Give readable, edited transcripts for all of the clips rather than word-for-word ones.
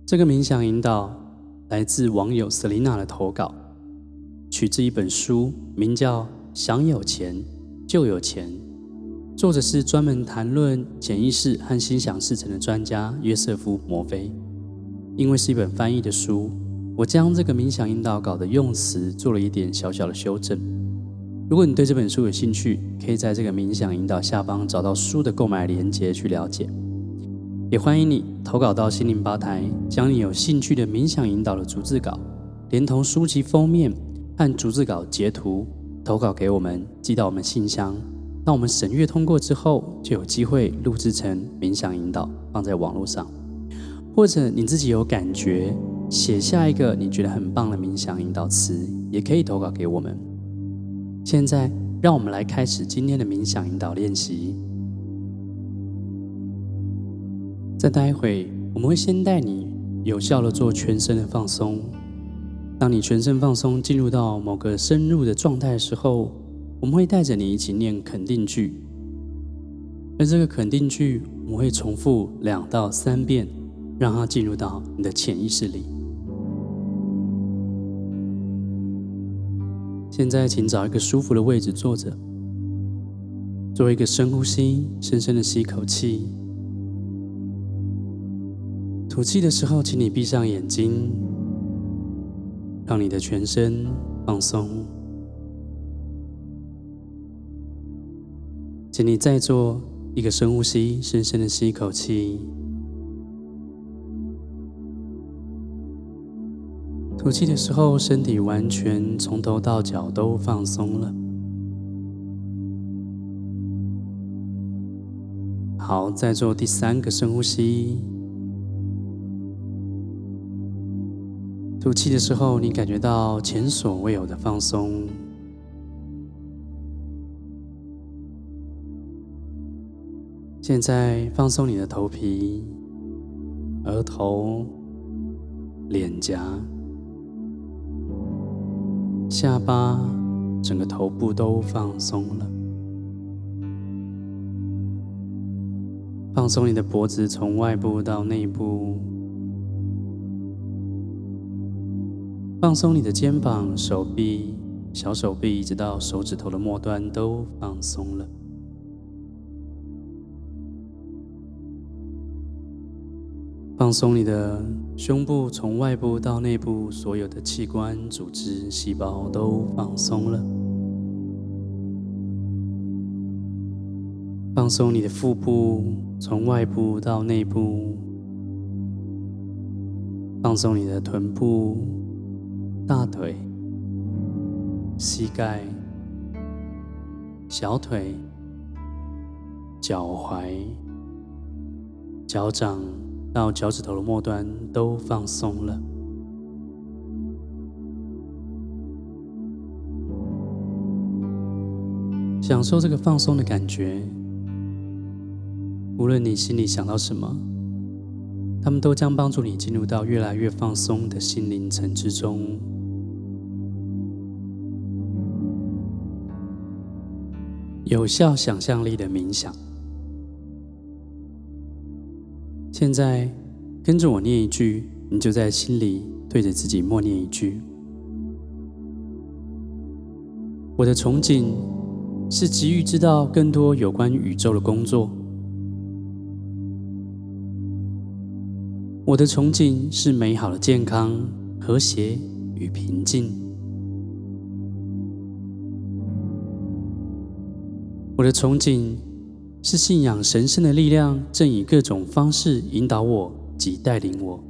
这个冥想引导来自网友 Selina 的投稿，取自一本书，名叫《想有钱就有钱》，作者是专门谈论潜意识和心想事成的专家约瑟夫·摩菲。因为是一本翻译的书，我将这个冥想引导稿的用词做了一点小小的修正。如果你对这本书有兴趣，可以在这个冥想引导下方找到书的购买连结去了解。也欢迎你投稿到心灵吧台，将你有兴趣的冥想引导的逐字稿，连同书籍封面和逐字稿截图投稿给我们，寄到我们信箱。当我们审阅通过之后，就有机会录制成冥想引导放在网络上。或者你自己有感觉，写下一个你觉得很棒的冥想引导词，也可以投稿给我们。现在让我们来开始今天的冥想引导练习。再待会我们会先带你有效的做全身的放松。当你全身放松进入到某个深入的状态的时候，我们会带着你一起念肯定句，而这个肯定句我们会重复2到3遍，让它进入到你的潜意识里。现在请找一个舒服的位置坐着，做一个深呼吸，深深的吸一口气，吐气的时候请你闭上眼睛，让你的全身放松。请你再做一个深呼吸，深深的吸一口气，吐气的时候身体完全从头到脚都放松了。好，再做第3个深呼吸，吐气的时候你感觉到前所未有的放松。现在放松你的头皮、额头、脸颊、下巴，整个头部都放松了。放松你的脖子，从外部到内部。放松你的肩膀、手臂、小手臂，一直到手指头的末端都放松了。放松你的胸部，从外部到内部，所有的器官、组织、细胞都放松了。放松你的腹部，从外部到内部。放松你的臀部、大腿、膝盖、小腿、脚踝、脚掌到脚趾头的末端都放松了。享受这个放松的感觉，无论你心里想到什么，它们都将帮助你进入到越来越放松的心灵层之中。有效想象力的冥想。现在跟着我念一句，你就在心里对着自己默念一句：我的憧憬是急于知道更多有关宇宙的工作。我的憧憬是美好的健康、和谐与平静。我的憧憬是信仰神圣的力量正以各种方式引导我及带领我。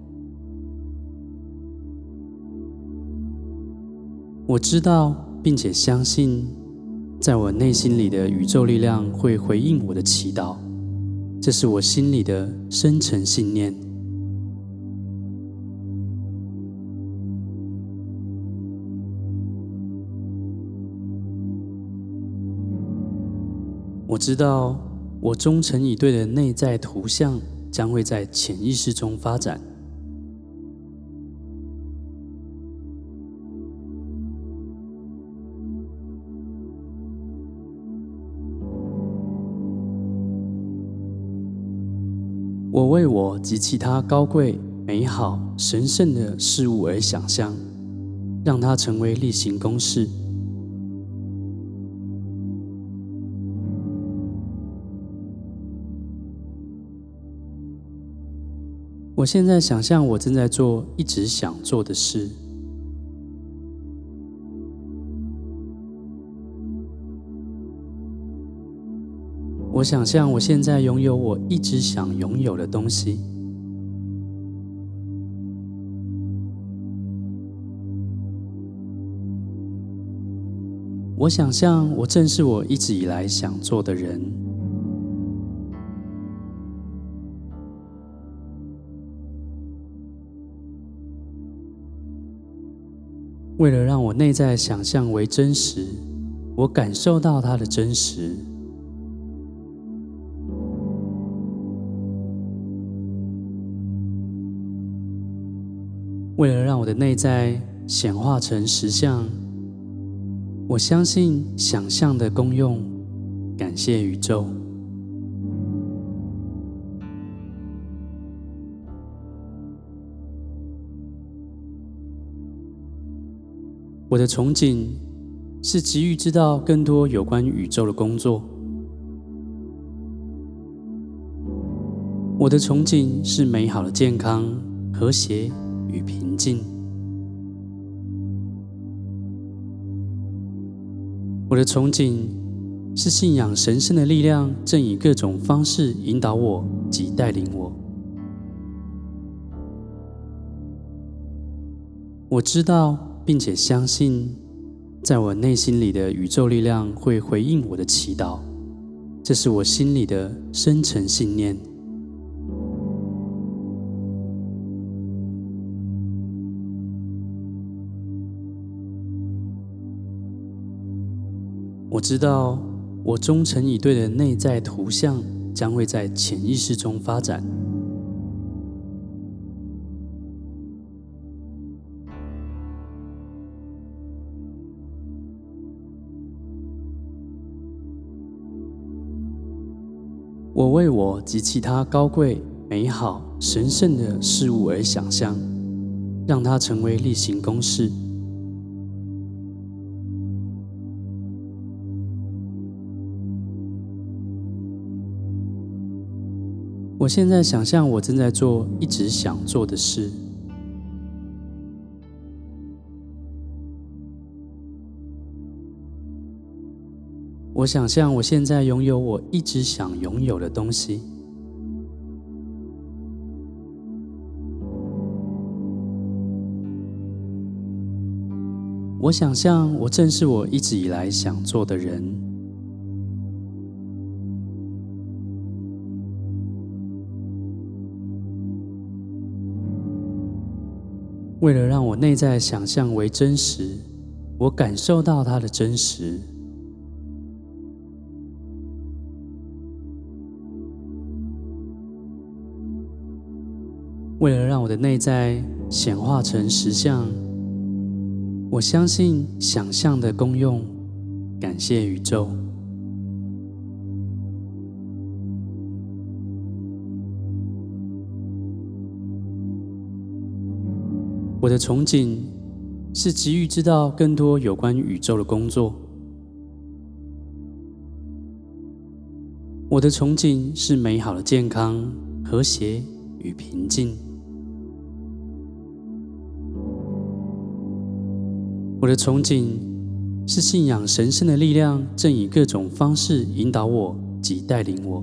我知道并且相信，在我内心里的宇宙力量会回应我的祈祷，这是我心里的深层信念。我知道我忠诚以对的内在图像将会在潜意识中发展。我为我及其他高贵美好、神圣的事物而想象，让它成为例行公事。我现在想象我正在做一直想做的事。我想象我现在拥有我一直想拥有的东西。我想象我正是我一直以来想做的人。为了让我内在想象为真实，我感受到它的真实。为了让我的内在显化成实相，我相信想象的功用，感谢宇宙。我的憧憬是急于知道更多有关宇宙的工作。我的憧憬是美好的健康、和谐与平静。我的憧憬是信仰神圣的力量正以各种方式引导我及带领我。我知道并且相信，在我内心里的宇宙力量会回应我的祈祷，这是我心里的深层信念。我知道，我忠诚以对的内在图像将会在潜意识中发展。我为我及其他高贵、美好、神圣的事物而想象，让它成为例行公事。我现在想象我正在做一直想做的事。我想象我现在拥有我一直想拥有的东西。我想象我正是我一直以来想做的人。为了让我内在想象为真实，我感受到它的真实。为了让我的内在显化成实相，我相信想象的功用，感谢宇宙。我的憧憬是急于知道更多有关宇宙的工作。我的憧憬是美好的健康、和谐与平静。我的憧憬是信仰神圣的力量正以各种方式引导我及带领我。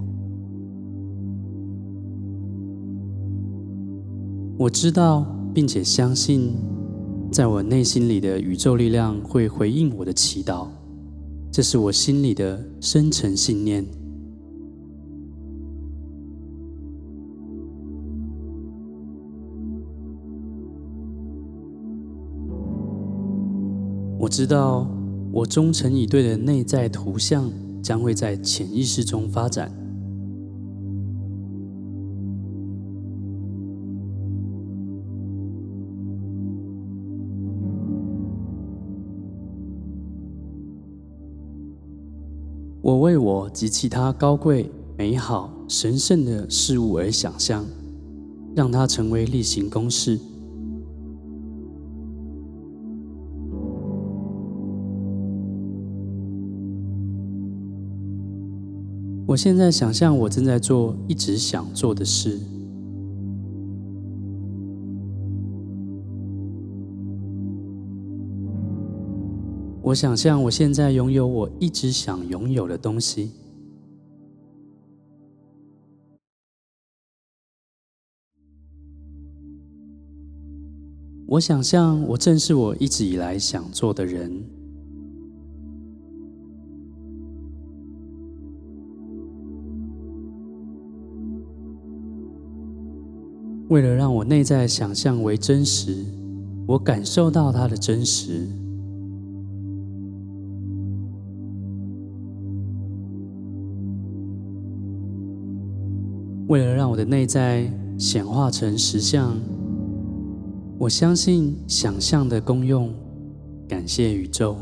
我知道并且相信，在我内心里的宇宙力量会回应我的祈祷，这是我心里的深层信念。我知道，我忠诚以对的内在图像将会在潜意识中发展。我为我及其他高贵、美好、神圣的事物而想象， 让它成为例行公事。我现在想象我正在做一直想做的事。我想象我现在拥有我一直想拥有的东西。我想象我正是我一直以来想做的人。为了让我内在想象为真实，我感受到它的真实。为了让我的内在显化成实相，我相信想象的功用，感谢宇宙。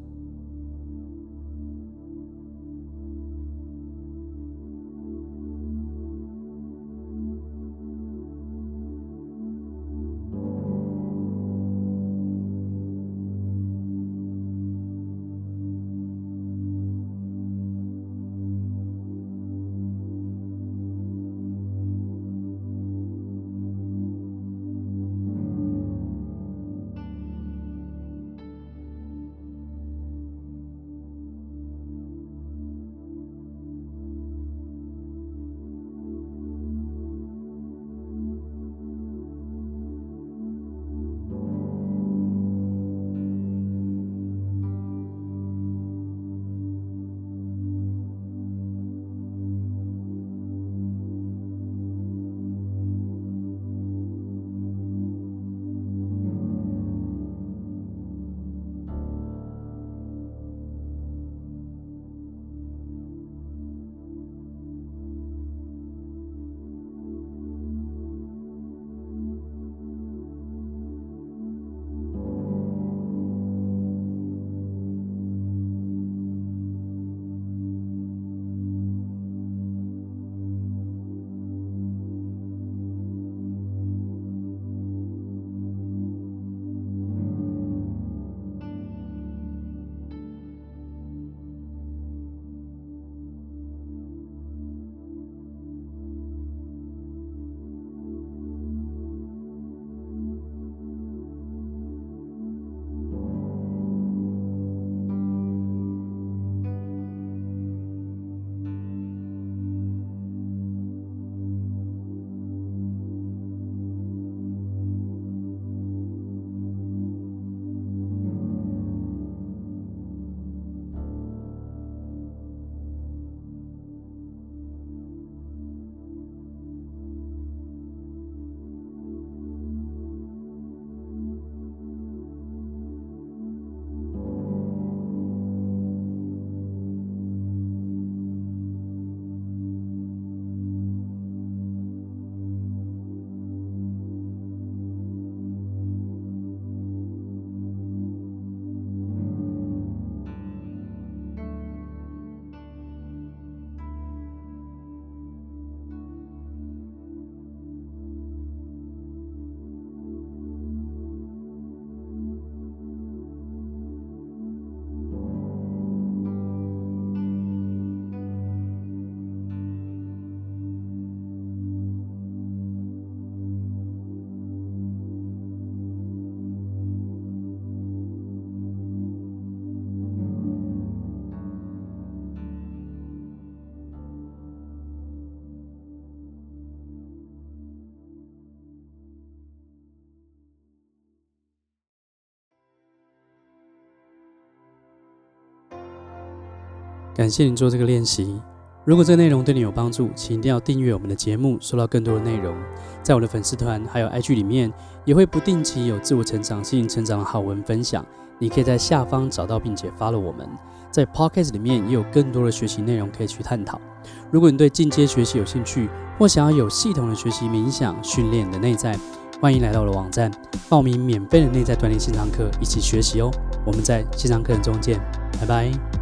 感谢你做这个练习。如果这个内容对你有帮助，请一定要订阅我们的节目，收到更多的内容。在我的粉丝团还有 IG 里面，也会不定期有自我成长、心灵成长的好文分享。你可以在下方找到并且 follow 我们。在 Podcast 里面也有更多的学习内容可以去探讨。如果你对进阶学习有兴趣，或想要有系统的学习冥想训练你的内在，欢迎来到我的网站，报名免费的内在锻炼线上课，一起学习哦。我们在线上课程中见，拜拜。